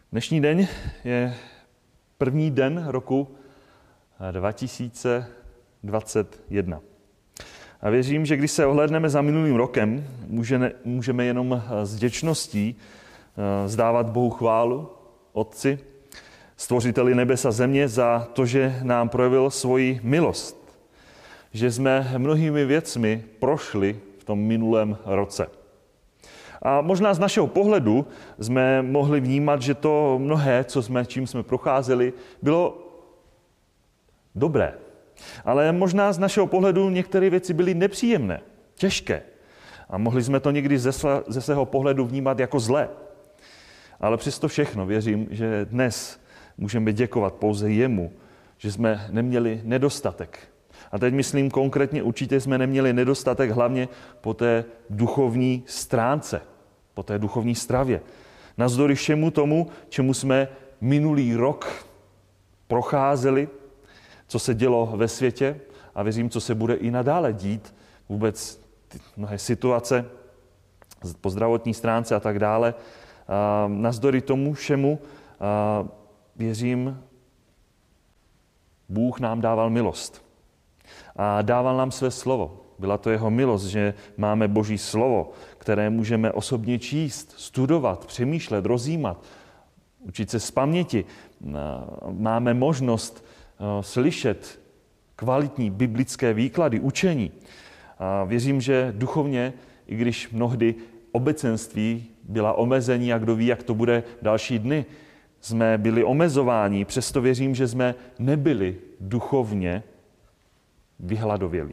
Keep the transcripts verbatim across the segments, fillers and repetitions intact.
Dnešní den je první den roku dva tisíce dvacet jedna. A věřím, že když se ohlédneme za minulým rokem, můžeme jenom s vděčností vzdávat Bohu chválu, Otci, Stvořiteli nebes a země, za to, že nám projevil svoji milost. Že jsme mnohými věcmi prošli v tom minulém roce. A možná z našeho pohledu jsme mohli vnímat, že to mnohé, co jsme, čím jsme procházeli, bylo dobré. Ale možná z našeho pohledu některé věci byly nepříjemné, těžké. A mohli jsme to někdy ze, své, ze svého pohledu vnímat jako zlé. Ale přesto všechno věřím, že dnes můžeme děkovat pouze jemu, že jsme neměli nedostatek. A teď myslím konkrétně, určitě jsme neměli nedostatek hlavně po té duchovní stránce, po té duchovní stravě. Navzdory všemu tomu, čemu jsme minulý rok procházeli, co se dělo ve světě a věřím, co se bude i nadále dít, vůbec ty mnohé situace po zdravotní stránce a tak dále. A navzdory tomu všemu a věřím, Bůh nám dával milost. A dával nám své slovo. Byla to jeho milost, že máme Boží slovo, které můžeme osobně číst, studovat, přemýšlet, rozjímat, učit se z paměti. Máme možnost slyšet kvalitní biblické výklady, učení. A věřím, že duchovně, i když mnohdy obecenství byla omezení a kdo ví, jak to bude další dny, jsme byli omezováni, přesto věřím, že jsme nebyli duchovně vyhladovělí.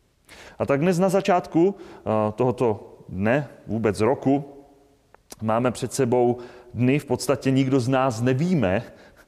A tak dnes na začátku tohoto dne, vůbec roku, máme před sebou dny, v podstatě nikdo z nás nevíme,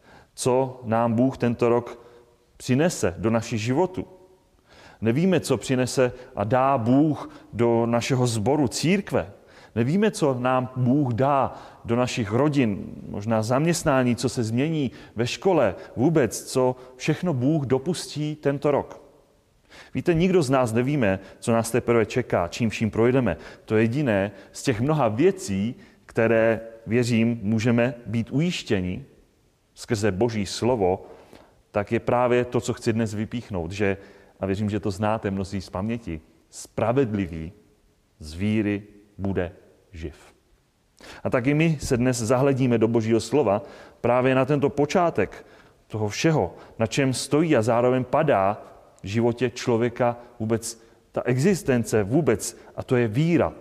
co nám Bůh tento rok přinese do našich životů. Nevíme, co přinese a dá Bůh do našeho sboru církve. Nevíme, co nám Bůh dá do našich rodin, možná zaměstnání, co se změní ve škole, vůbec, co všechno Bůh dopustí tento rok. Víte, nikdo z nás nevíme, co nás teprve čeká, čím vším projdeme. To je jediné z těch mnoha věcí, které, věřím, můžeme být ujištěni skrze Boží slovo, tak je právě to, co chci dnes vypíchnout, že, a věřím, že to znáte mnozí z paměti, spravedlivý z víry bude živ. A tak i my se dnes zahledíme do Božího slova právě na tento počátek toho všeho, na čem stojí a zároveň padá v životě člověka vůbec ta existence vůbec, a to je víra.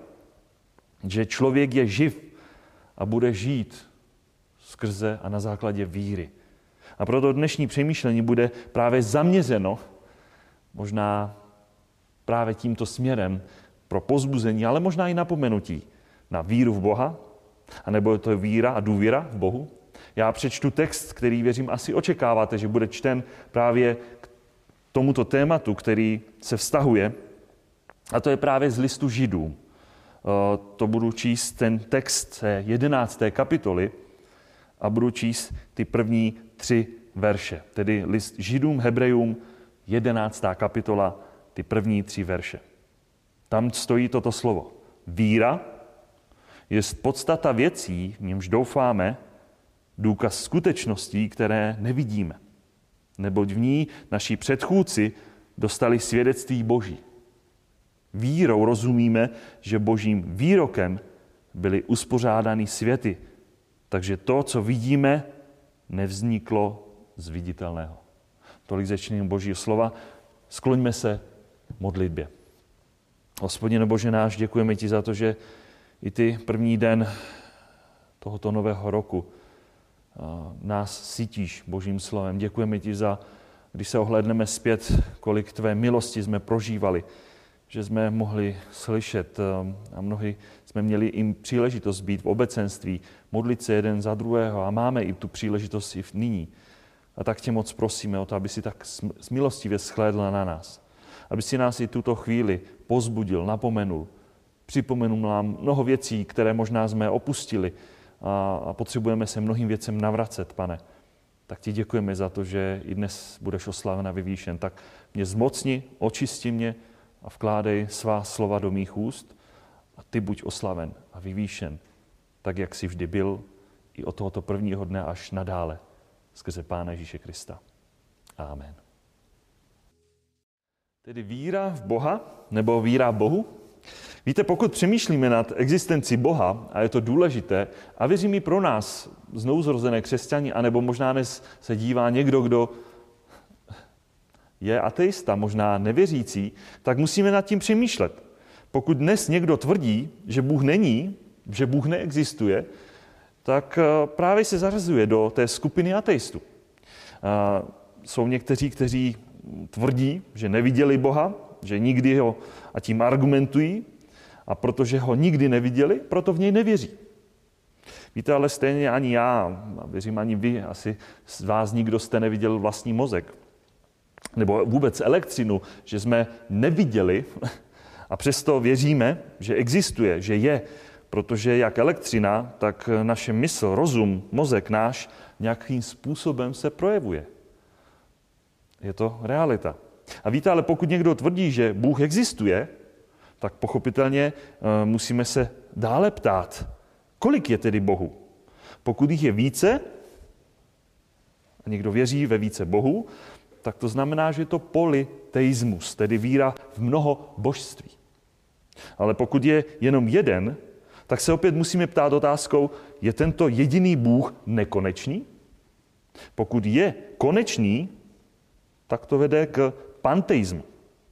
Že člověk je živ a bude žít skrze a na základě víry. A proto dnešní přemýšlení bude právě zaměřeno možná právě tímto směrem pro povzbuzení, ale možná i napomenutí na víru v Boha, anebo je to víra a důvěra v Bohu. Já přečtu text, který věřím asi očekáváte, že bude čten právě k tomuto tématu, který se vztahuje, a to je právě z listu Židům. To budu číst ten text jedenácté kapitoly a budu číst ty první tři verše. Tedy list Židům, Hebrejům, jedenáctá kapitola, ty první tři verše. Tam stojí toto slovo. Víra je podstata věcí, v němž doufáme, důkaz skutečností, které nevidíme. Neboť v ní naši předchůdci dostali svědectví Boží. Vírou rozumíme, že Božím výrokem byly uspořádány světy. Takže to, co vidíme, nevzniklo z viditelného. Tolik začíním Božího slova. Skloňme se modlitbě. Hospodine Bože náš, děkujeme ti za to, že i ty první den tohoto nového roku nás sytíš Božím slovem. Děkujeme ti za, když se ohlédneme zpět, kolik tvé milosti jsme prožívali, že jsme mohli slyšet a mnohdy jsme měli i příležitost být v obecenství, modlit se jeden za druhého a máme i tu příležitost i nyní. A tak tě moc prosíme o to, aby si tak milostivě shlédla na nás. Aby si nás i tuto chvíli pozbudil, napomenul, připomenul nám mnoho věcí, které možná jsme opustili a, a potřebujeme se mnohým věcem navracet, Pane. Tak ti děkujeme za to, že i dnes budeš oslaven a vyvýšen. Tak mě zmocni, očisti mě a vkládej svá slova do mých úst a ty buď oslaven a vyvýšen, tak jak jsi vždy byl, i od tohoto prvního dne až nadále skrze Pána Ježíše Krista. Amen. Tedy víra v Boha nebo víra v Bohu? Víte, pokud přemýšlíme nad existencí Boha, a je to důležité, a věřím i pro nás, znovuzrozené křesťani, anebo možná dnes se dívá někdo, kdo je ateista, možná nevěřící, tak musíme nad tím přemýšlet. Pokud dnes někdo tvrdí, že Bůh není, že Bůh neexistuje, tak právě se zařazuje do té skupiny ateistů. Jsou někteří, kteří tvrdí, že neviděli Boha, že nikdy ho a tím argumentují, a protože ho nikdy neviděli, proto v něj nevěří. Víte, ale stejně ani já, a věřím ani vy, asi z vás nikdo jste neviděl vlastní mozek. Nebo vůbec elektřinu, že jsme neviděli a přesto věříme, že existuje, že je, protože jak elektřina, tak naše mysl, rozum, mozek náš nějakým způsobem se projevuje. Je to realita. A víte, ale pokud někdo tvrdí, že Bůh existuje, tak pochopitelně musíme se dále ptát, kolik je tedy Bohů. Pokud jich je více, a někdo věří ve více Bohů, tak to znamená, že je to polyteismus, tedy víra v mnoho božství. Ale pokud je jenom jeden, tak se opět musíme ptát otázkou, je tento jediný Bůh nekonečný? Pokud je konečný, tak to vede k panteismu,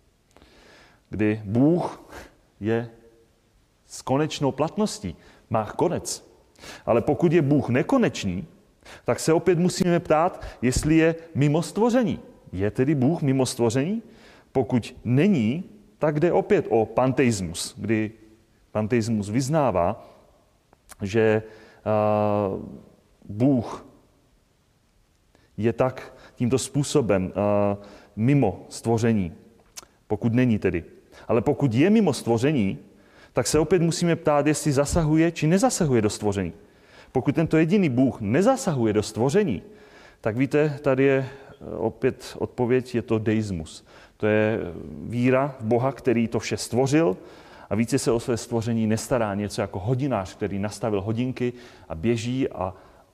kdy Bůh je s konečnou platností, má konec. Ale pokud je Bůh nekonečný, tak se opět musíme ptát, jestli je mimo stvoření. Je tedy Bůh mimo stvoření? Pokud není, tak jde opět o panteismus, kdy panteismus vyznává, že uh, Bůh je tak tímto způsobem uh, mimo stvoření, pokud není tedy. Ale pokud je mimo stvoření, tak se opět musíme ptát, jestli zasahuje či nezasahuje do stvoření. Pokud tento jediný Bůh nezasahuje do stvoření, tak víte, tady je opět odpověď, je to deismus. To je víra v Boha, který to vše stvořil a více se o své stvoření nestará, něco jako hodinář, který nastavil hodinky a běží a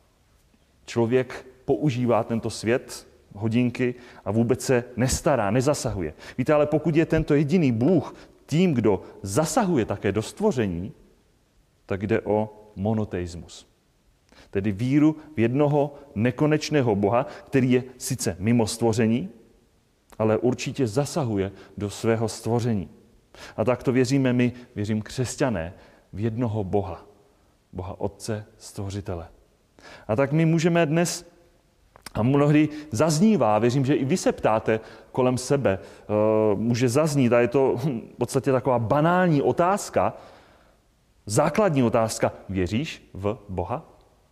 člověk používá tento svět, hodinky a vůbec se nestará, nezasahuje. Víte, ale pokud je tento jediný Bůh tím, kdo zasahuje také do stvoření, tak jde o monoteismus. Tedy víru v jednoho nekonečného Boha, který je sice mimo stvoření, ale určitě zasahuje do svého stvoření. A tak to věříme my, věřím křesťané, v jednoho Boha. Boha Otce, Stvořitele. A tak my můžeme dnes, a mnohdy zaznívá, věřím, že i vy se ptáte kolem sebe, může zaznít, a je to v podstatě taková banální otázka, základní otázka, věříš v Boha?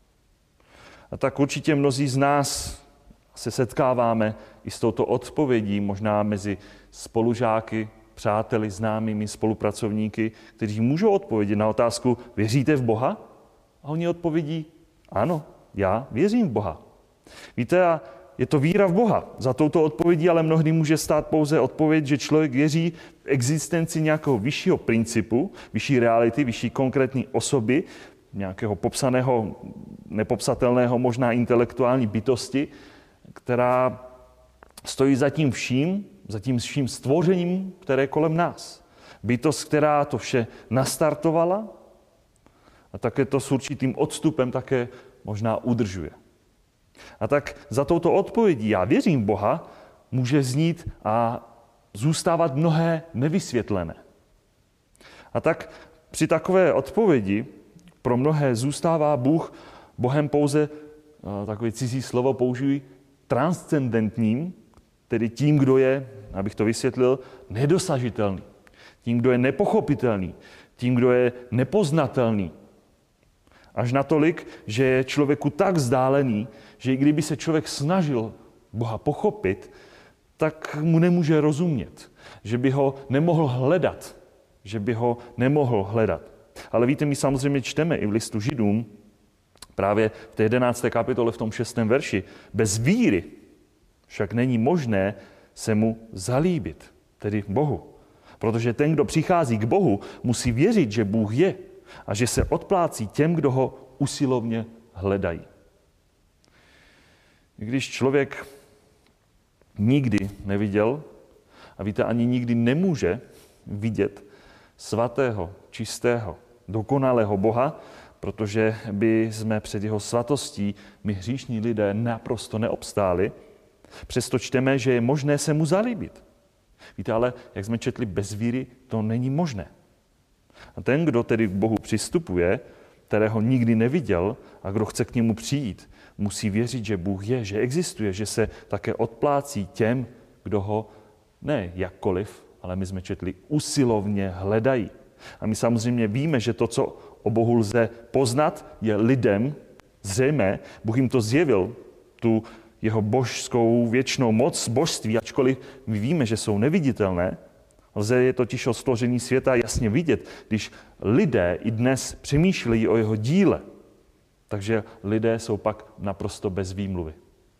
A tak určitě mnozí z nás se setkáváme i s touto odpovědí, možná mezi spolužáky, přáteli, známými, spolupracovníky, kteří můžou odpovědět na otázku, věříte v Boha? A oni odpovědí, ano, já věřím v Boha. Víte, a je to víra v Boha. Za touto odpovědí ale mnohdy může stát pouze odpověď, že člověk věří v existenci nějakého vyššího principu, vyšší reality, vyšší konkrétní osoby, nějakého popsaného, nepopsatelného, možná intelektuální bytosti, která stojí za tím vším, za tím vším stvořením, které je kolem nás. Bytost, která to vše nastartovala a také to s určitým odstupem také možná udržuje. A tak za touto odpovědí, já věřím v Boha, může znít a zůstávat mnohé nevysvětlené. A tak při takové odpovědi pro mnohé zůstává Bůh Bohem pouze, takové cizí slovo použijí, transcendentním, tedy tím, kdo je, abych to vysvětlil, nedosažitelný. Tím, kdo je nepochopitelný. Tím, kdo je nepoznatelný. Až natolik, že je člověku tak vzdálený, že i kdyby se člověk snažil Boha pochopit, tak mu nemůže rozumět. Že by ho nemohl hledat. Že by ho nemohl hledat. Ale víte, my samozřejmě čteme i v listu Židům, právě v té jedenácté kapitole, v tom šestém verši, bez víry však není možné se mu zalíbit, tedy Bohu. Protože ten, kdo přichází k Bohu, musí věřit, že Bůh je a že se odplácí těm, kdo ho usilovně hledají. Když člověk nikdy neviděl, a víte, ani nikdy nemůže vidět svatého, čistého, dokonalého Boha, protože by jsme před jeho svatostí my hříšní lidé naprosto neobstáli, přesto čteme, že je možné se mu zalíbit. Víte, ale jak jsme četli, bez víry to není možné. A ten, kdo tedy k Bohu přistupuje, kterého nikdy neviděl a kdo chce k němu přijít, musí věřit, že Bůh je, že existuje, že se také odplácí těm, kdo ho ne jakkoliv, ale my jsme četli, usilovně hledají. A my samozřejmě víme, že to, co o Bohu lze poznat, je lidem zřejmé. Bůh jim to zjevil, tu jeho božskou věčnou moc, božství, ačkoliv my víme, že jsou neviditelné. Lze je totiž o stvoření světa jasně vidět, když lidé i dnes přemýšlejí o jeho díle. Takže lidé jsou pak naprosto bez výmluvy.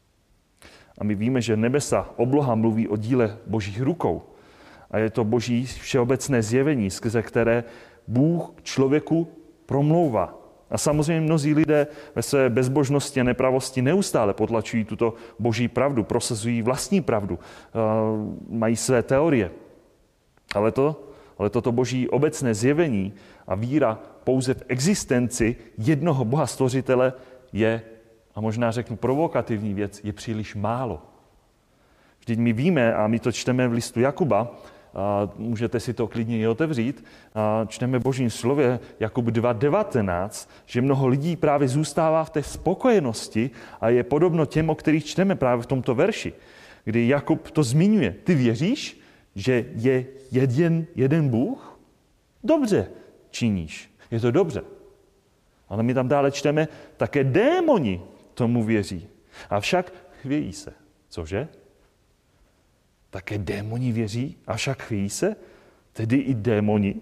A my víme, že nebesa, obloha mluví o díle božích rukou. A je to boží všeobecné zjevení, skrze které Bůh člověku promlouvá. A samozřejmě mnozí lidé ve své bezbožnosti a nepravosti neustále potlačují tuto boží pravdu, prosazují vlastní pravdu, mají své teorie. Ale, to, ale toto boží obecné zjevení a víra pouze v existenci jednoho Boha stvořitele je, a možná řeknu provokativní věc, je příliš málo. Vždyť my víme, a my to čteme v listu Jakuba, a můžete si to klidně i otevřít, a čteme v Božím slově Jakub dva devatenáct, že mnoho lidí právě zůstává v té spokojenosti a je podobno těm, o kterých čteme právě v tomto verši, kdy Jakub to zmiňuje. Ty věříš, že je jeden, jeden Bůh? Dobře činíš. Je to dobře. Ale my tam dále čteme, také démoni tomu věří. Avšak chvějí se. Cože? Také démoni věří, avšak chvějí se? Tedy i démoni,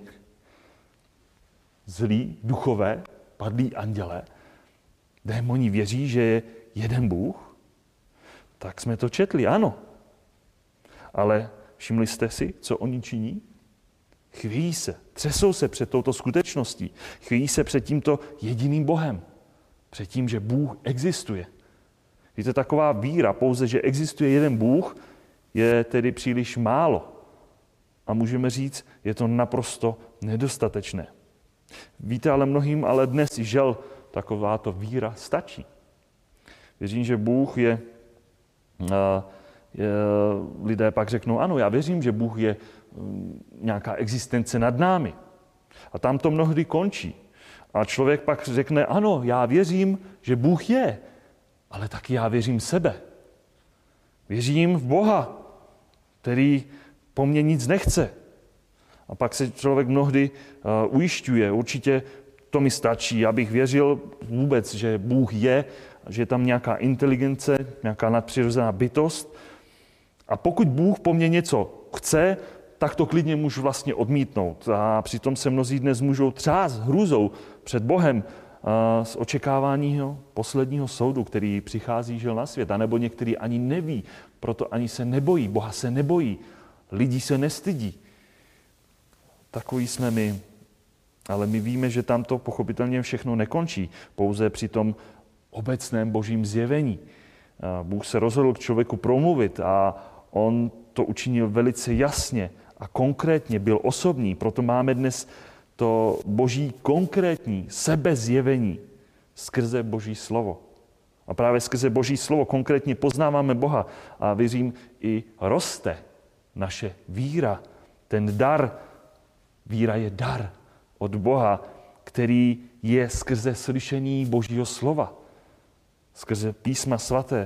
zlí, duchové, padlí andělé. Démoni věří, že je jeden Bůh? Tak jsme to četli, ano. Ale všimli jste si, co oni činí? Chvějí se, třesou se před touto skutečností. Chvějí se před tímto jediným Bohem. Před tím, že Bůh existuje. Víte, taková víra, pouze, že existuje jeden Bůh, je tedy příliš málo. A můžeme říct, je to naprosto nedostatečné. Víte, ale mnohým, ale dnes i žel, takováto víra stačí. Věřím, že Bůh je, je, lidé pak řeknou, ano, já věřím, že Bůh je nějaká existence nad námi. A tam to mnohdy končí. A člověk pak řekne, ano, já věřím, že Bůh je, ale taky já věřím sebe. Věřím v Boha, který po mně nic nechce. A pak se člověk mnohdy uh, ujišťuje, určitě to mi stačí, abych věřil vůbec, že Bůh je, že je tam nějaká inteligence, nějaká nadpřirozená bytost. A pokud Bůh po mně něco chce, tak to klidně můžu vlastně odmítnout. A přitom se mnozí dnes můžou třást hrůzou před Bohem a z očekávání posledního soudu, který přichází žil na svět, anebo některý ani neví, proto ani se nebojí, Boha se nebojí, lidí se nestydí. Takový jsme my. Ale my víme, že tam to pochopitelně všechno nekončí, pouze při tom obecném božím zjevení. Bůh se rozhodl k člověku promluvit a on to učinil velice jasně a konkrétně, byl osobní. Proto máme dnes to boží konkrétní sebezjevení skrze boží slovo. A právě skrze boží slovo konkrétně poznáváme Boha a věřím, i roste naše víra. Ten dar, víra je dar od Boha, který je skrze slyšení božího slova, skrze písma svaté.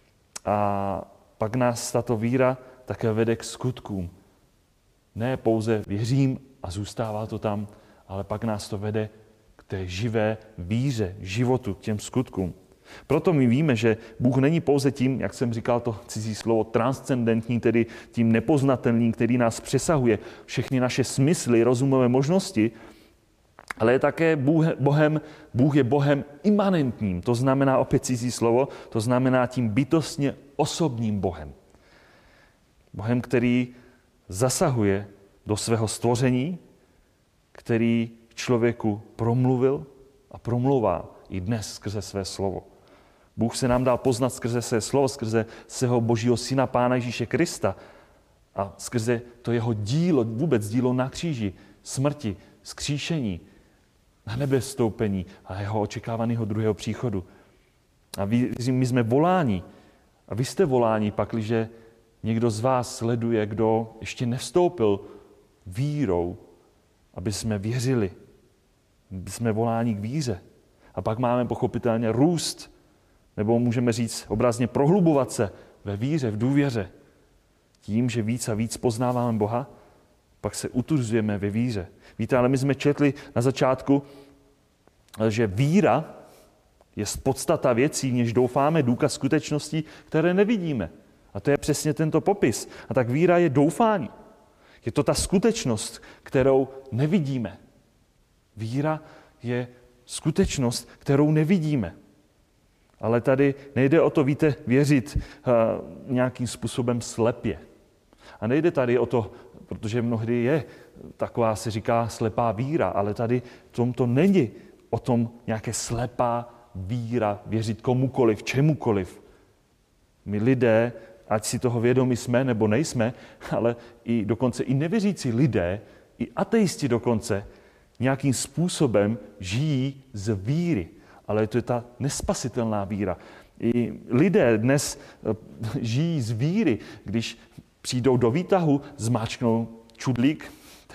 A pak nás tato víra také vede k skutkům. Ne pouze věřím a zůstává to tam, ale pak nás to vede k té živé víře, životu, k těm skutkům. Proto my víme, že Bůh není pouze tím, jak jsem říkal to cizí slovo, transcendentní, tedy tím nepoznatelným, který nás přesahuje všechny naše smysly, rozumové možnosti, ale je také Bohem, Bůh je Bohem imanentním, to znamená opět cizí slovo, to znamená tím bytostně osobním Bohem. Bohem, který zasahuje do svého stvoření, který člověku promluvil a promlouvá i dnes skrze své slovo. Bůh se nám dal poznat skrze své slovo, skrze svého Božího Syna, Pána Ježíše Krista a skrze to jeho dílo, vůbec dílo na kříži, smrti, vzkříšení, na nebe vstoupení a jeho očekávaného druhého příchodu. A my jsme voláni, a vy jste voláni, pakliže někdo z vás sleduje, kdo ještě nevstoupil vírou, aby jsme věřili. Jsme voláni k víře. A pak máme pochopitelně růst, nebo můžeme říct obrazně prohlubovat se ve víře, v důvěře. Tím, že víc a víc poznáváme Boha, pak se utužujeme ve víře. Víte, ale my jsme četli na začátku, že víra je podstata věcí, než doufáme, důkaz skutečností, které nevidíme. A to je přesně tento popis. A tak víra je doufání. Je to ta skutečnost, kterou nevidíme. Víra je skutečnost, kterou nevidíme. Ale tady nejde o to, víte, věřit uh, nějakým způsobem slepě. A nejde tady o to, protože mnohdy je taková, se říká, slepá víra, ale tady v tomto není o tom nějaké slepá víra, věřit komukoliv, čemukoliv. My lidé, ať si toho vědomi jsme nebo nejsme, ale i dokonce i nevěřící lidé, i ateisti dokonce, nějakým způsobem žijí z víry. Ale to je ta nespasitelná víra. I lidé dnes žijí z víry, když přijdou do výtahu, zmáčknou čudlík,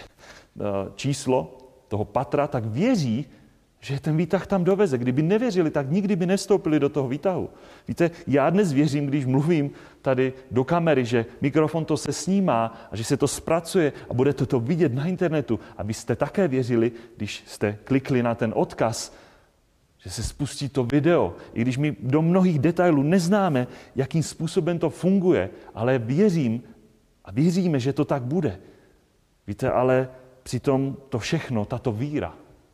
číslo toho patra, tak věří, že ten výtah tam doveze. Kdyby nevěřili, tak nikdy by nevstoupili do toho výtahu. Víte, já dnes věřím, když mluvím tady do kamery, že mikrofon to se snímá a že se to zpracuje a budete to vidět na internetu, abyste také věřili, když jste klikli na ten odkaz, že se spustí to video. I když my do mnohých detailů neznáme, jakým způsobem to funguje, ale věřím a věříme, že to tak bude. Víte, ale přitom to všechno, tato víra,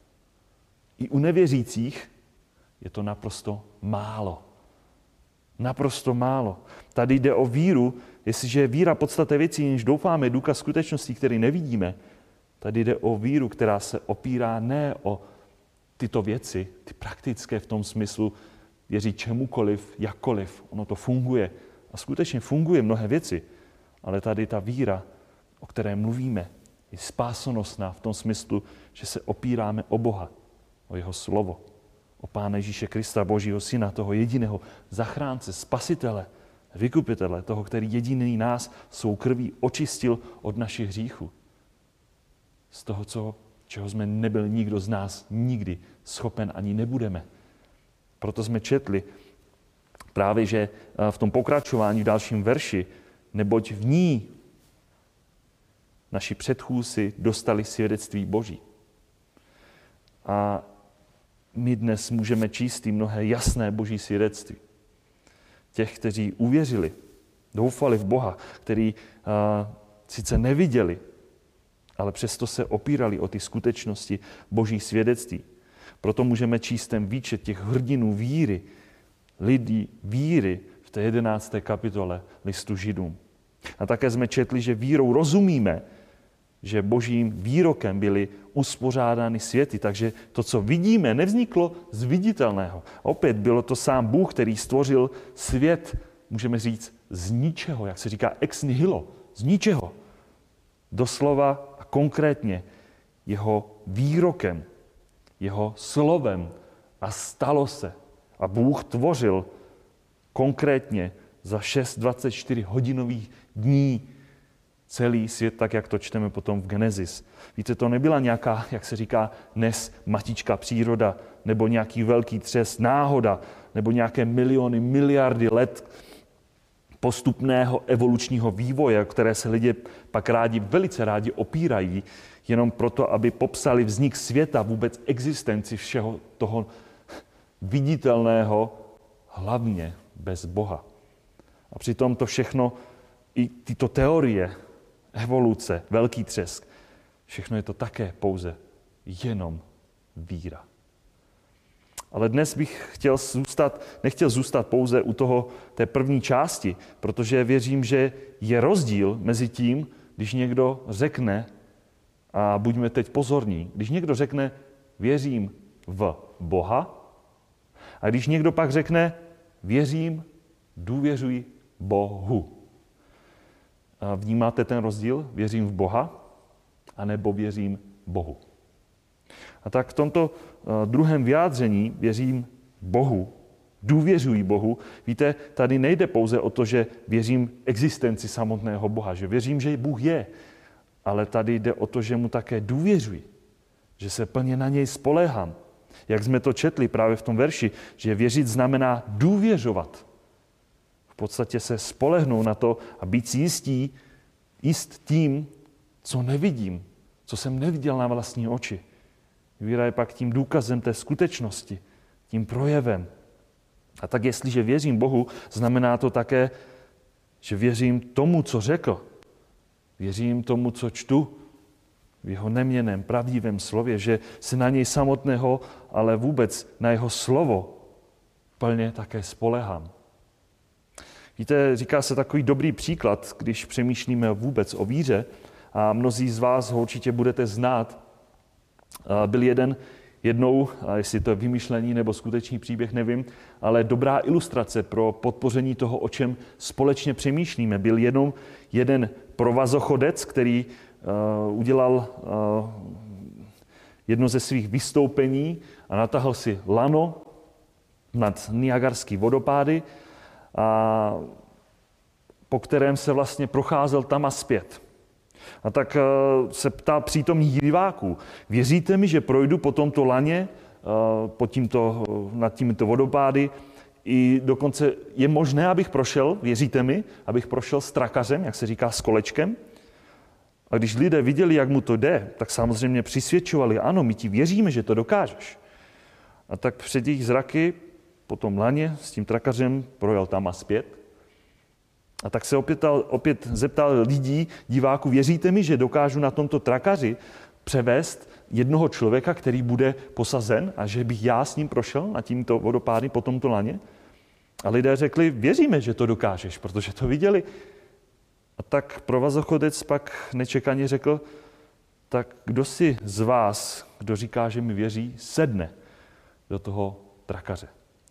i u nevěřících je to naprosto málo. Naprosto málo. Tady jde o víru, jestliže je víra podstata věcí, než doufáme, důkaz skutečností, který nevidíme, tady jde o víru, která se opírá ne o tyto věci, ty praktické v tom smyslu, věří čemukoliv, jakkoliv, ono to funguje. A skutečně funguje mnohé věci, ale tady ta víra, o které mluvíme, je spásonosná v tom smyslu, že se opíráme o Boha, o jeho slovo, o Pána Ježíše Krista, Božího Syna, toho jediného zachránce, spasitele, vykupitele, toho, který jediný nás svou krví očistil od našich hříchů. Z toho, co, čeho jsme nebyl nikdo z nás nikdy schopen ani nebudeme. Proto jsme četli právě, že v tom pokračování v dalším verši, neboť v ní naši předchůdci dostali svědectví Boží. A my dnes můžeme číst i mnohé jasné Boží svědectví. Těch, kteří uvěřili, doufali v Boha, kteří uh, sice neviděli, ale přesto se opírali o ty skutečnosti Boží svědectví. Proto můžeme číst ten výčet těch hrdinů víry, lidí víry v té jedenácté kapitole listu Židům. A také jsme četli, že vírou rozumíme, že Božím výrokem byly uspořádány světy. Takže to, co vidíme, nevzniklo z viditelného. Opět bylo to sám Bůh, který stvořil svět, můžeme říct, z ničeho, jak se říká ex nihilo, z ničeho. Doslova a konkrétně jeho výrokem, jeho slovem a stalo se. A Bůh tvořil konkrétně za šest dvacet čtyři hodinových dní celý svět, tak jak to čteme potom v Genesis. Víte, to nebyla nějaká, jak se říká dnes, matička příroda, nebo nějaký velký třes, náhoda, nebo nějaké miliony, miliardy let postupného evolučního vývoje, které se lidé pak rádi, velice rádi opírají, jenom proto, aby popsali vznik světa, vůbec existenci všeho toho viditelného, hlavně bez Boha. A přitom to všechno, i tyto teorie, evoluce, velký třesk, všechno je to také pouze jenom víra. Ale dnes bych chtěl zůstat, nechtěl zůstat pouze u toho, té první části, protože věřím, že je rozdíl mezi tím, když někdo řekne, a buďme teď pozorní, když někdo řekne, věřím v Boha, A když někdo pak řekne, věřím, důvěřuji Bohu. A vnímáte ten rozdíl? Věřím v Boha, anebo věřím Bohu. A tak v tomto druhém vyjádření věřím Bohu, důvěřuji Bohu. Víte, tady nejde pouze o to, že věřím existenci samotného Boha, že věřím, že Bůh je, ale tady jde o to, že mu také důvěřuji, že se plně na něj spoléhám. Jak jsme to četli právě v tom verši, že věřit znamená důvěřovat. V podstatě se spolehnout na to a být si jistí, jist tím, co nevidím, co jsem neviděl na vlastní oči. Víra je pak tím důkazem té skutečnosti, tím projevem. A tak jestliže věřím Bohu, znamená to také, že věřím tomu, co řekl. Věřím tomu, co čtu v jeho neměnném, pravdivém slově, že se na něj samotného, ale vůbec na jeho slovo plně také spolehám. Víte, říká se takový dobrý příklad, když přemýšlíme vůbec o víře, a mnozí z vás ho určitě budete znát. Byl jeden jednou, a jestli to je vymyšlení nebo skutečný příběh, nevím, ale dobrá ilustrace pro podpoření toho, o čem společně přemýšlíme. Byl jednou jeden provazochodec, který uh, udělal uh, jedno ze svých vystoupení a natáhl si lano nad Niagarský vodopády, a po kterém se vlastně procházel tam a zpět. A tak se ptá přítomných diváků, věříte mi, že projdu po tomto laně, po tímto, nad tímto vodopády, i dokonce je možné, abych prošel, věříte mi, abych prošel s trakařem, jak se říká, s kolečkem? A když lidé viděli, jak mu to jde, tak samozřejmě přisvědčovali, ano, my ti věříme, že to dokážeš. A tak před jejich zraky po tom laně s tím trakařem projel tam a zpět. A tak se opět, opět zeptal lidí, diváků, věříte mi, že dokážu na tomto trakaři převést jednoho člověka, který bude posazen a že bych já s ním prošel na tímto vodopády po tomto laně? A lidé řekli, věříme, že to dokážeš, protože to viděli. A tak provazochodec pak nečekaně řekl, tak kdo si z vás, kdo říká, že mi věří, sedne do toho trakaře.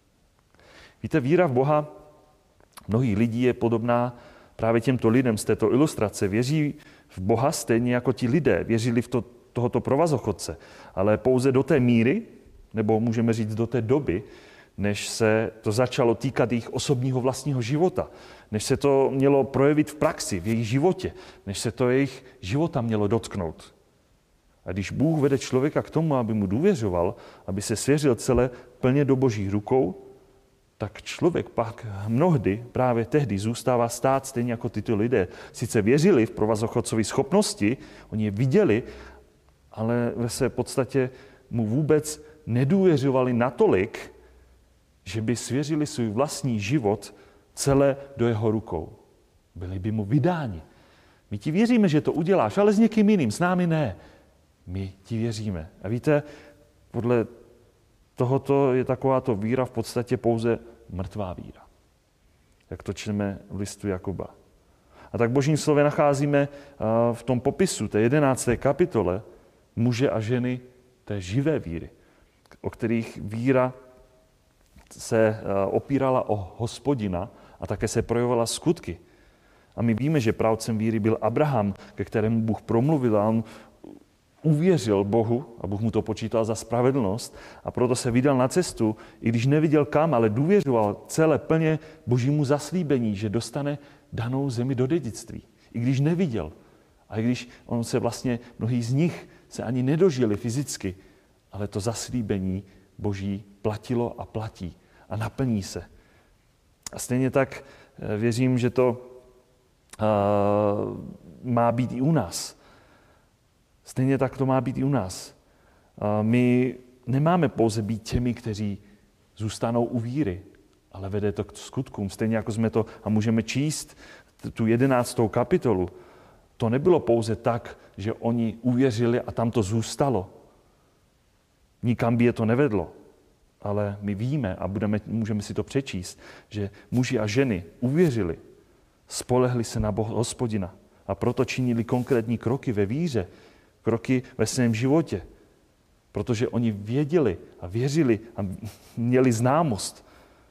Víte, víra v Boha mnohých lidí je podobná právě těmto lidem z této ilustrace. Věří v Boha stejně jako ti lidé věřili v to, tohoto provazochodce, ale pouze do té míry, nebo můžeme říct do té doby, než se to začalo týkat jejich osobního vlastního života, než se to mělo projevit v praxi, v jejich životě, než se to jejich života mělo dotknout. A když Bůh vede člověka k tomu, aby mu důvěřoval, aby se svěřil celé plně do Božích rukou, tak člověk pak mnohdy právě tehdy zůstává stát stejně jako tyto lidé. Sice věřili v provazochodcovi schopnosti, oni je viděli, ale ve své podstatě mu vůbec nedůvěřovali natolik, že by svěřili svůj vlastní život celé do jeho rukou. Byli by mu vydáni. My ti věříme, že to uděláš, ale s někým jiným, s námi ne. My ti věříme. A víte, podle tohoto je takováto víra v podstatě pouze mrtvá víra. Jak to čteme v listu Jakuba. A tak v Božím slově nacházíme v tom popisu té jedenácté kapitole muže a ženy té živé víry, o kterých víra se opírala o Hospodina a také se projevovala skutky. A my víme, že pravcem víry byl Abraham, ke kterému Bůh promluvil a on uvěřil Bohu a Bůh mu to počítal za spravedlnost a proto se vydal na cestu, i když neviděl kam, ale důvěřoval celé plně Božímu zaslíbení, že dostane danou zemi do dědictví. I když neviděl. A i když on se vlastně, mnohí z nich se ani nedožili fyzicky, ale to zaslíbení Boží platilo a platí a naplní se. A stejně tak věřím, že to uh, má být i u nás. Stejně tak to má být i u nás. My nemáme pouze být těmi, kteří zůstanou u víry, ale vede to k skutkům. Stejně jako jsme to, a můžeme číst tu jedenáctou kapitolu, to nebylo pouze tak, že oni uvěřili a tam to zůstalo. Nikam by je to nevedlo. Ale my víme a budeme, můžeme si to přečíst, že muži a ženy uvěřili, spolehli se na Boha, Hospodina a proto činili konkrétní kroky ve víře, kroky ve svém životě. Protože oni věděli a věřili a měli známost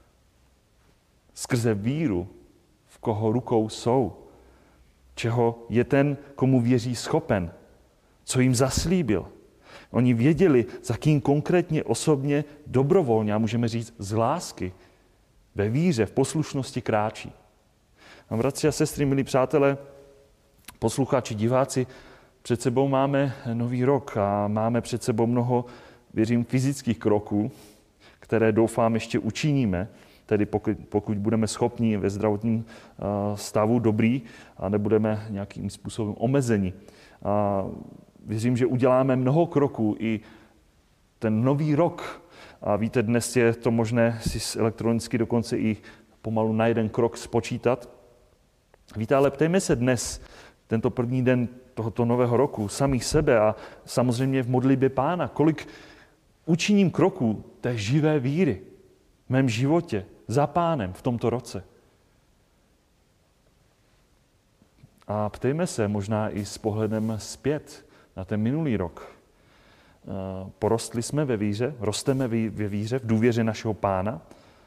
skrze víru, v koho rukou jsou, čeho je ten, komu věří, schopen, co jim zaslíbil. Oni věděli, za kým konkrétně osobně dobrovolně, a můžeme říct z lásky, ve víře, v poslušnosti kráčí. A bratři a sestry, milí přátelé, posluchači, diváci, před sebou máme nový rok a máme před sebou mnoho, věřím, fyzických kroků, které doufám ještě učiníme, tedy pokud, pokud budeme schopni ve zdravotním stavu dobrý a nebudeme nějakým způsobem omezeni. A věřím, že uděláme mnoho kroků i ten nový rok. A víte, dnes je to možné si elektronicky dokonce i pomalu na jeden krok spočítat. Víte, ale ptejme se dnes, tento první den tohoto nového roku, samých sebe a samozřejmě v modlitbě Pána, kolik učiním kroků té živé víry v mém životě za Pánem v tomto roce. A ptejme se možná i s pohledem zpět na ten minulý rok. Porostli jsme ve víře, rosteme ve víře, v důvěře našeho Pána,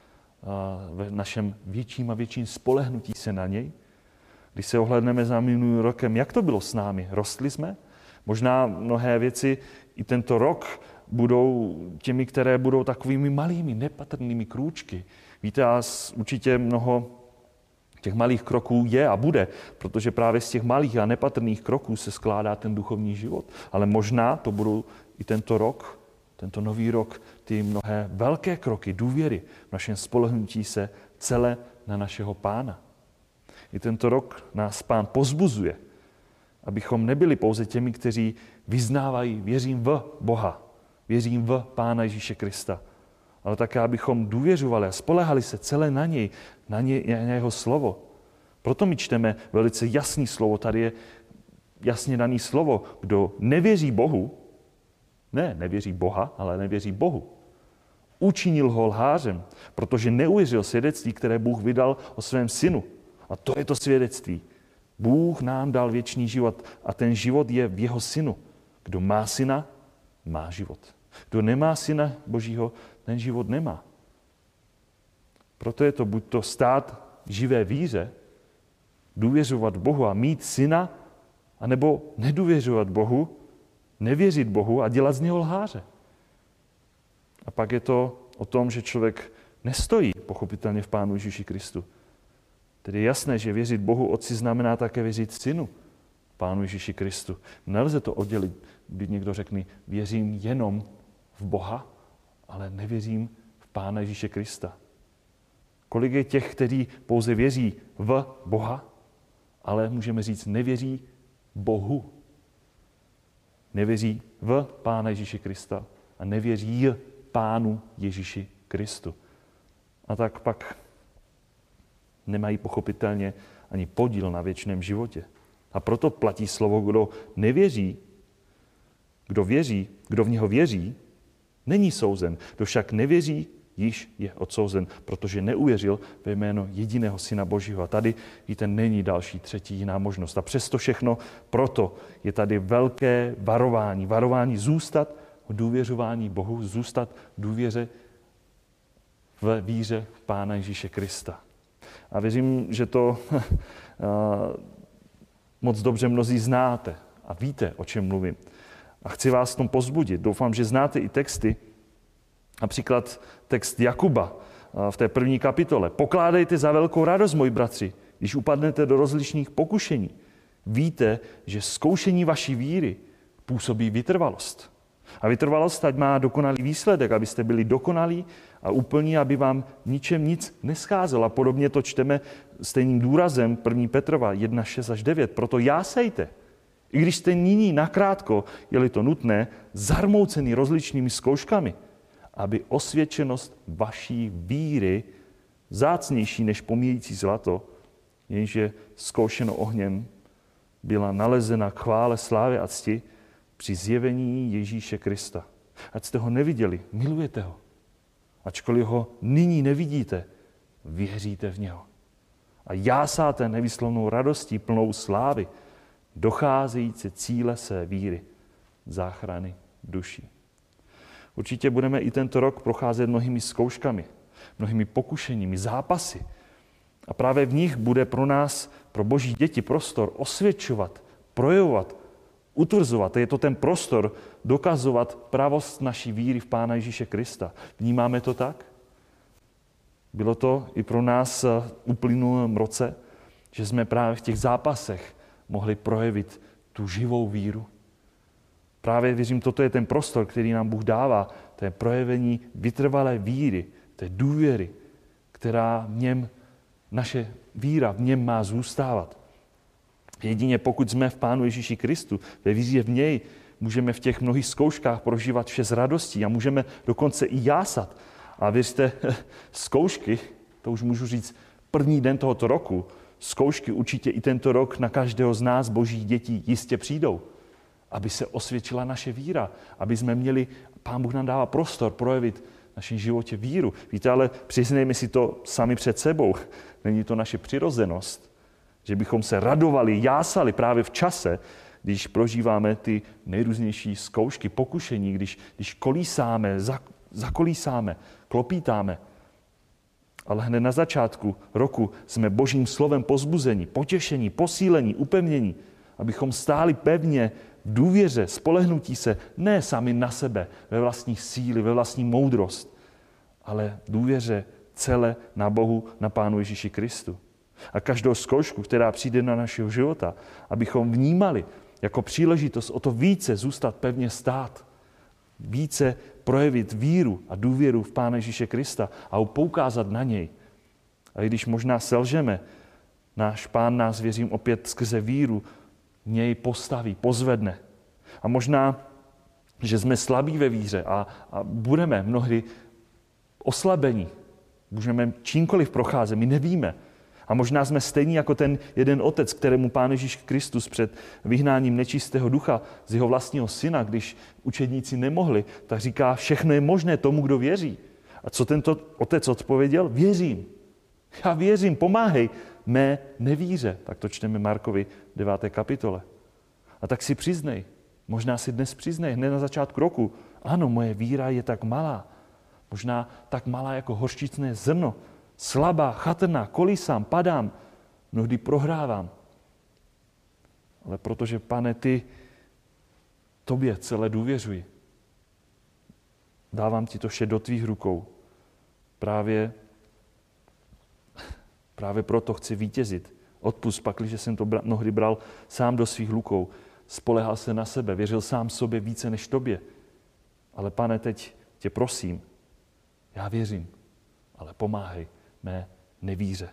v našem větším a větším spolehnutí se na něj. Když se ohlédneme za minulým rokem, jak to bylo s námi? Rostli jsme? Možná mnohé věci i tento rok budou těmi, které budou takovými malými, nepatrnými krůčky. Víte, a určitě mnoho těch malých kroků je a bude, protože právě z těch malých a nepatrných kroků se skládá ten duchovní život. Ale možná to budou i tento rok, tento nový rok, ty mnohé velké kroky důvěry v našem spolehnutí se celé na našeho Pána. I tento rok nás Pán pozbuzuje, abychom nebyli pouze těmi, kteří vyznávají, věřím v Boha, věřím v Pána Ježíše Krista, ale také, abychom důvěřovali a spolehali se celé na něj, na, něj, na jeho slovo. Proto my čteme velice jasný slovo, tady je jasně daný slovo, kdo nevěří Bohu, ne, nevěří Boha, ale nevěří Bohu, učinil ho lhářem, protože neuvěřil svědectví, které Bůh vydal o svém synu. A to je to svědectví. Bůh nám dal věčný život a ten život je v jeho synu. Kdo má syna, má život. Kdo nemá syna Božího, ten život nemá. Proto je to buď to stát živé víře, důvěřovat Bohu a mít syna, anebo nedůvěřovat Bohu, nevěřit Bohu a dělat z něho lháře. A pak je to o tom, že člověk nestojí pochopitelně v Pánu Ježíši Kristu. Tedy je jasné, že věřit Bohu Otci znamená také věřit Synu, Pánu Ježíši Kristu. Nelze to oddělit, když někdo řekne, věřím jenom v Boha, ale nevěřím v Pána Ježíše Krista. Kolik je těch, kteří pouze věří v Boha, ale můžeme říct, nevěří Bohu. Nevěří v Pána Ježíše Krista a nevěří Pánu Ježíši Kristu. A tak pak nemají pochopitelně ani podíl na věčném životě. A proto platí slovo, kdo nevěří, kdo věří, kdo v něho věří, není souzen. Kdo však nevěří, již je odsouzen, protože neuvěřil ve jméno jediného Syna Božího. A tady, víte, není další třetí jiná možnost. A přesto všechno, proto je tady velké varování. Varování zůstat v důvěřování Bohu, zůstat v důvěře v víře v Pána Ježíše Krista. A věřím, že to moc dobře mnozí znáte a víte, o čem mluvím. A chci vás v tom povzbudit. Doufám, že znáte i texty, například text Jakuba v té první kapitole. Pokládejte za velkou radost, moji bratři, když upadnete do rozličných pokušení. Víte, že zkoušení vaší víry působí vytrvalost. A vytrvalost ať má dokonalý výsledek, abyste byli dokonalí a úplní, aby vám ničem nic nescházelo. A podobně to čteme stejným důrazem první Petrova jedna, šest až devět. Proto jásejte, i když jste nyní nakrátko, je-li to nutné, zarmoucený rozličnými zkouškami, aby osvědčenost vaší víry, vzácnější než pomíjející zlato, jenž je zkoušeno ohněm, byla nalezena k chvále, slávě a cti při zjevení Ježíše Krista. Ať jste ho neviděli, milujete ho. Ačkoliv ho nyní nevidíte, věříte v něho. A jásáte nevyslovnou radostí plnou slávy, docházející cíle své víry, záchrany duší. Určitě budeme i tento rok procházet mnohými zkouškami, mnohými pokušeními, zápasy. A právě v nich bude pro nás, pro Boží děti, prostor osvědčovat, projevovat, utvrzovat. Je to ten prostor dokazovat pravost naší víry v Pána Ježíše Krista. Vnímáme to tak? Bylo to i pro nás v uplynulém roce, že jsme právě v těch zápasech mohli projevit tu živou víru. Právě věřím, toto je ten prostor, který nám Bůh dává, to je projevení vytrvalé víry, té důvěry, která v něm, naše víra v něm má zůstávat. Jedině pokud jsme v Pánu Ježíši Kristu, ve víře v něj, můžeme v těch mnohých zkouškách prožívat vše s radostí a můžeme dokonce i jásat. A věřte, zkoušky, to už můžu říct, první den tohoto roku, zkoušky určitě i tento rok na každého z nás, Božích dětí, jistě přijdou, aby se osvědčila naše víra, aby jsme měli, Pán Bůh nám dává prostor projevit v našem životě víru. Víte, ale přiznejme si to sami před sebou. Není to naše přirozenost, že bychom se radovali, jásali právě v čase, když prožíváme ty nejrůznější zkoušky, pokušení, když, když kolísáme, zakolísáme, klopítáme. Ale hned na začátku roku jsme Božím slovem pozbuzeni, potěšení, posílení, upevnění, abychom stáli pevně v důvěře, spolehnutí se ne sami na sebe, ve vlastní síly, ve vlastní moudrost, ale v důvěře celé na Bohu, na Pánu Ježíši Kristu. A každou zkoušku, která přijde na našeho života, abychom vnímali jako příležitost o to více zůstat pevně stát, více projevit víru a důvěru v Pána Ježíše Krista a poukázat na něj. A i když možná selžeme, náš Pán nás, věřím, opět skrze víru něj postaví, pozvedne. A možná, že jsme slabí ve víře a, a budeme mnohdy oslabení. Můžeme čímkoliv procházet, my nevíme. A možná jsme stejní jako ten jeden otec, kterému Pán Ježíš Kristus před vyhnáním nečistého ducha z jeho vlastního syna, když učedníci nemohli, tak říká, všechno je možné tomu, kdo věří. A co tento otec odpověděl? Věřím. Já věřím, pomáhej mé nevíře. Tak to čteme Markovi deváté kapitole. A tak si přiznej, možná si dnes přiznej, hned na začátku roku, ano, moje víra je tak malá. Možná tak malá jako hořčicné zrno, slabá, chatrná, kolísám, padám, mnohdy prohrávám. Ale protože, Pane, ty tobě celé důvěřuji. Dávám ti to vše do tvých rukou. Právě, právě proto chci vítězit. Odpusť, pakliže jsem to mnohdy bral sám do svých rukou. Spolehal se na sebe, věřil sám sobě více než tobě. Ale, Pane, teď tě prosím, já věřím, ale pomáhej mé nevíře.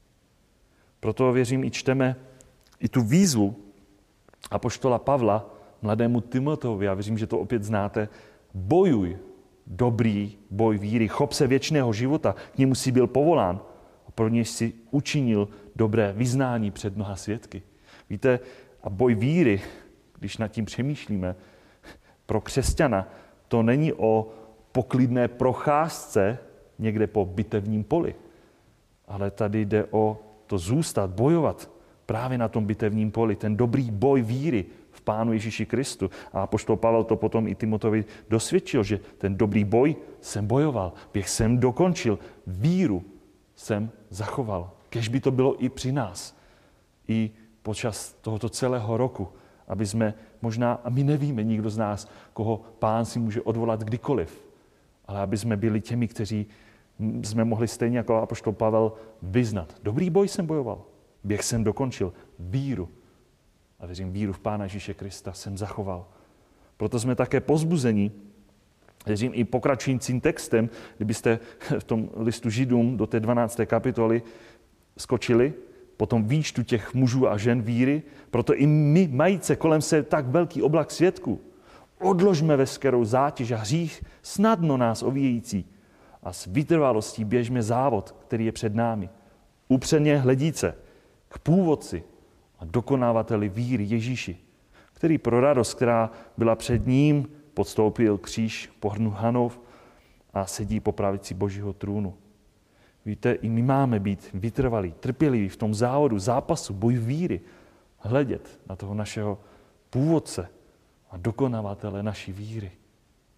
Proto věřím i čteme i tu výzvu apoštola Pavla mladému Timoteovi. Já věřím, že to opět znáte. Bojuj dobrý boj víry, chop se věčného života, k němu jsi byl povolán a pro něj si učinil dobré vyznání před mnoha svědky. Víte, a boj víry, když nad tím přemýšlíme, pro křesťana to není o poklidné procházce někde po bitevním poli, ale tady jde o to zůstat, bojovat právě na tom bitevním poli, ten dobrý boj víry v Pánu Ježíši Kristu. A apoštol Pavel to potom i Timotovi dosvědčil, že ten dobrý boj jsem bojoval, běh jsem dokončil, víru jsem zachoval. Kéž by to bylo i při nás, i počas tohoto celého roku, aby jsme možná, a my nevíme, nikdo z nás, koho Pán si může odvolat kdykoliv, ale aby jsme byli těmi, kteří jsme mohli stejně jako apoštol Pavel vyznat. Dobrý boj jsem bojoval, běh jsem dokončil, víru. A věřím, víru v Pána Ježíše Krista jsem zachoval. Proto jsme také pozbuzení, věřím i pokračujícím textem, kdybyste v tom listu Židům do té dvanácté kapitoly skočili, po tom výčtu těch mužů a žen víry, proto i my, majíce kolem se tak velký oblak svědků, odložme veškerou zátěž a hřích snadno nás ovíjející a s vytrvalostí běžme závod, který je před námi. Upřeně hledíce k původci a dokonavateli víry Ježíši, který pro radost, která byla před ním, podstoupil kříž pohrnuhanov a sedí po pravici Božího trůnu. Víte, i my máme být vytrvalí, trpěliví v tom závodu, zápasu, boju víry, hledět na toho našeho původce a dokonavatele naší víry,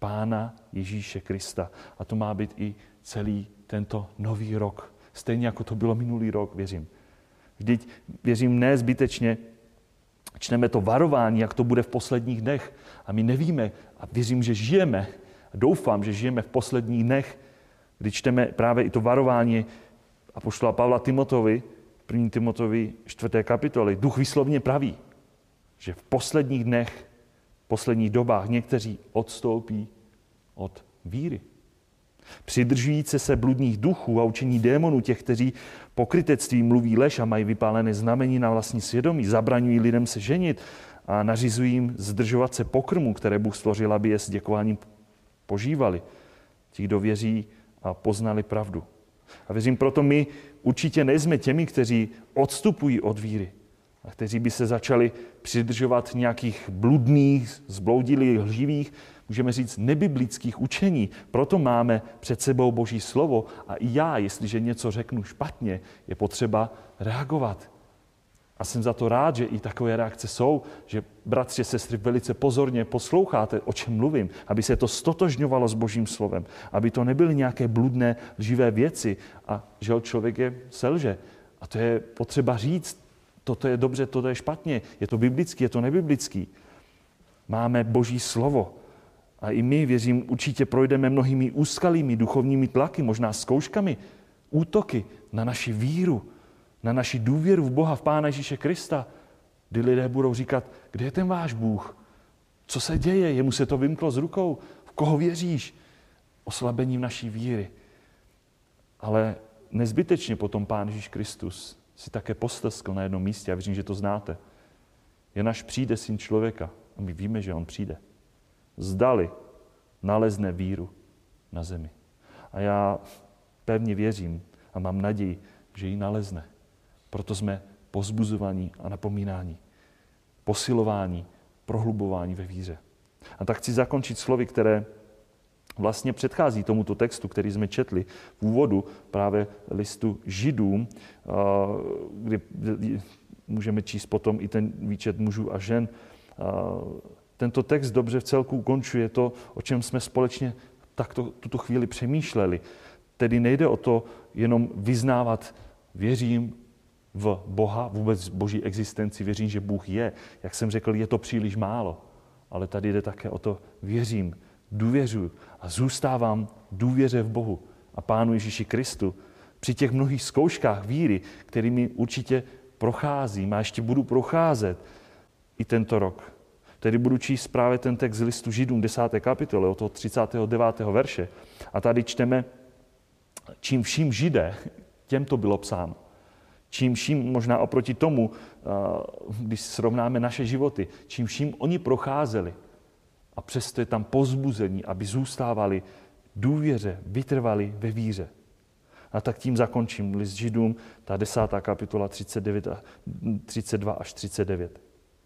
Pána Ježíše Krista. A to má být i celý tento nový rok. Stejně jako to bylo minulý rok, věřím. Vždyť věřím ne zbytečně, čteme to varování, jak to bude v posledních dnech. A my nevíme a věřím, že žijeme, doufám, že žijeme v posledních dnech, kdy čteme právě i to varování apoštola Pavla Timotovi, první Timotovi čtvrté kapitoly. Duch výslovně praví, že v posledních dnech, v posledních dobách někteří odstoupí od víry. Přidržující se bludných duchů a učení démonů, těch, kteří pokrytectví mluví lež a mají vypálené znamení na vlastní svědomí, zabraňují lidem se ženit a nařizují jim zdržovat se pokrmu, které Bůh stvořil, aby je s děkováním požívali. Ti, kdo věří a poznali pravdu. A věřím, proto my určitě nejsme těmi, kteří odstupují od víry a kteří by se začali přidržovat nějakých bludných, zbloudilých, lživých, můžeme říct nebiblických učení. Proto máme před sebou Boží slovo a i já, jestliže něco řeknu špatně, je potřeba reagovat. A jsem za to rád, že i takové reakce jsou, že bratři, sestry, velice pozorně posloucháte, o čem mluvím, aby se to stotožňovalo s Božím slovem, aby to nebyly nějaké bludné, lživé věci a že člověk je selže. A to je potřeba říct, toto je dobře, toto je špatně, je to biblický, je to nebiblický. Máme Boží slovo. A i my, věřím, určitě projdeme mnohými úskalými duchovními tlaky, možná zkouškami, útoky na naši víru, na naši důvěru v Boha, v Pána Ježíše Krista, kdy lidé budou říkat, kde je ten váš Bůh? Co se děje? Jemu se to vymklo z rukou. V koho věříš? Oslabením naší víry. Ale nezbytečně potom Pán Ježíš Kristus si také posteskl na jednom místě, a věřím, že to znáte. Jen až přijde Syn člověka, a my víme, že on přijde, zdali nalezne víru na zemi. A já pevně věřím a mám naději, že ji nalezne. Proto jsme povzbuzovaní a napomínáni, posilování, prohlubování ve víře. A tak chci zakončit slovy, které vlastně předchází tomuto textu, který jsme četli v úvodu právě listu Židům, kdy můžeme číst potom i ten výčet mužů a žen. Tento text dobře v celku ukončuje to, o čem jsme společně takto tuto chvíli přemýšleli. Tedy nejde o to jenom vyznávat, věřím v Boha, vůbec Boží existenci, věřím, že Bůh je. Jak jsem řekl, je to příliš málo. Ale tady jde také o to, věřím, důvěřuji a zůstávám důvěře v Bohu a Pánu Ježíši Kristu. Při těch mnohých zkouškách víry, kterými určitě procházím a ještě budu procházet i tento rok. Tedy budu číst právě ten text z listu Židům desáté kapitole, od toho třicátého devátého verše. A tady čteme, čím vším Židé, těm to bylo psáno. Čím vším možná oproti tomu, když srovnáme naše životy, čím vším oni procházeli. A přesto je tam povzbuzení, aby zůstávali důvěře, vytrvali ve víře. A tak tím zakončím list Židům, ta desátá kapitola třicet devět a třicet dva až třicet devět.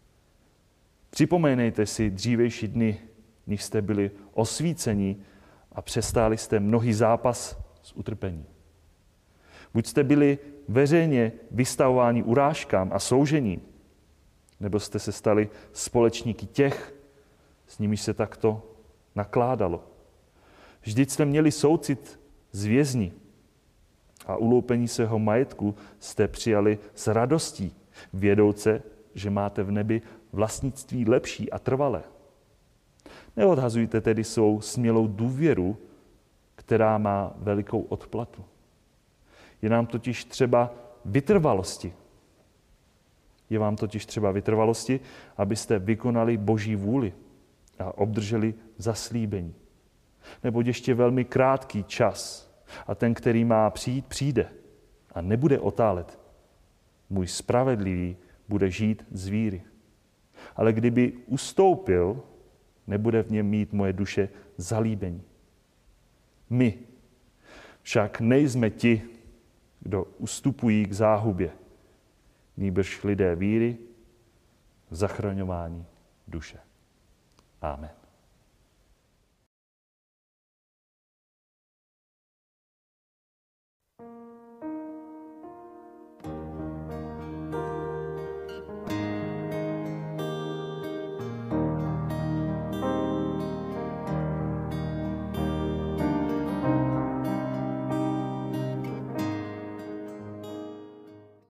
Připomenejte si dřívejší dny, v nich jste byli osvíceni a přestáli jste mnohý zápas s utrpením. Buď jste byli veřejně vystavováni urážkám a soužením, nebo jste se stali společníky těch, s nimiž se takto nakládalo. Vždyť jste měli soucit z vězni a uloupení svého majetku jste přijali s radostí, vědouce, že máte v nebi vlastnictví lepší a trvalé. Neodhazujte tedy svou smělou důvěru, která má velikou odplatu. Je nám totiž třeba vytrvalosti. Je vám totiž třeba vytrvalosti, abyste vykonali Boží vůli a obdrželi zaslíbení. Neboť ještě velmi krátký čas a ten, který má přijít, přijde a nebude otálet. Můj spravedlivý bude žít z víry. Ale kdyby ustoupil, nebude v něm mít moje duše zalíbení. My však nejsme ti, kdo ustupují k záhubě, nýbrž lidé víry, zachraňování duše. Amen.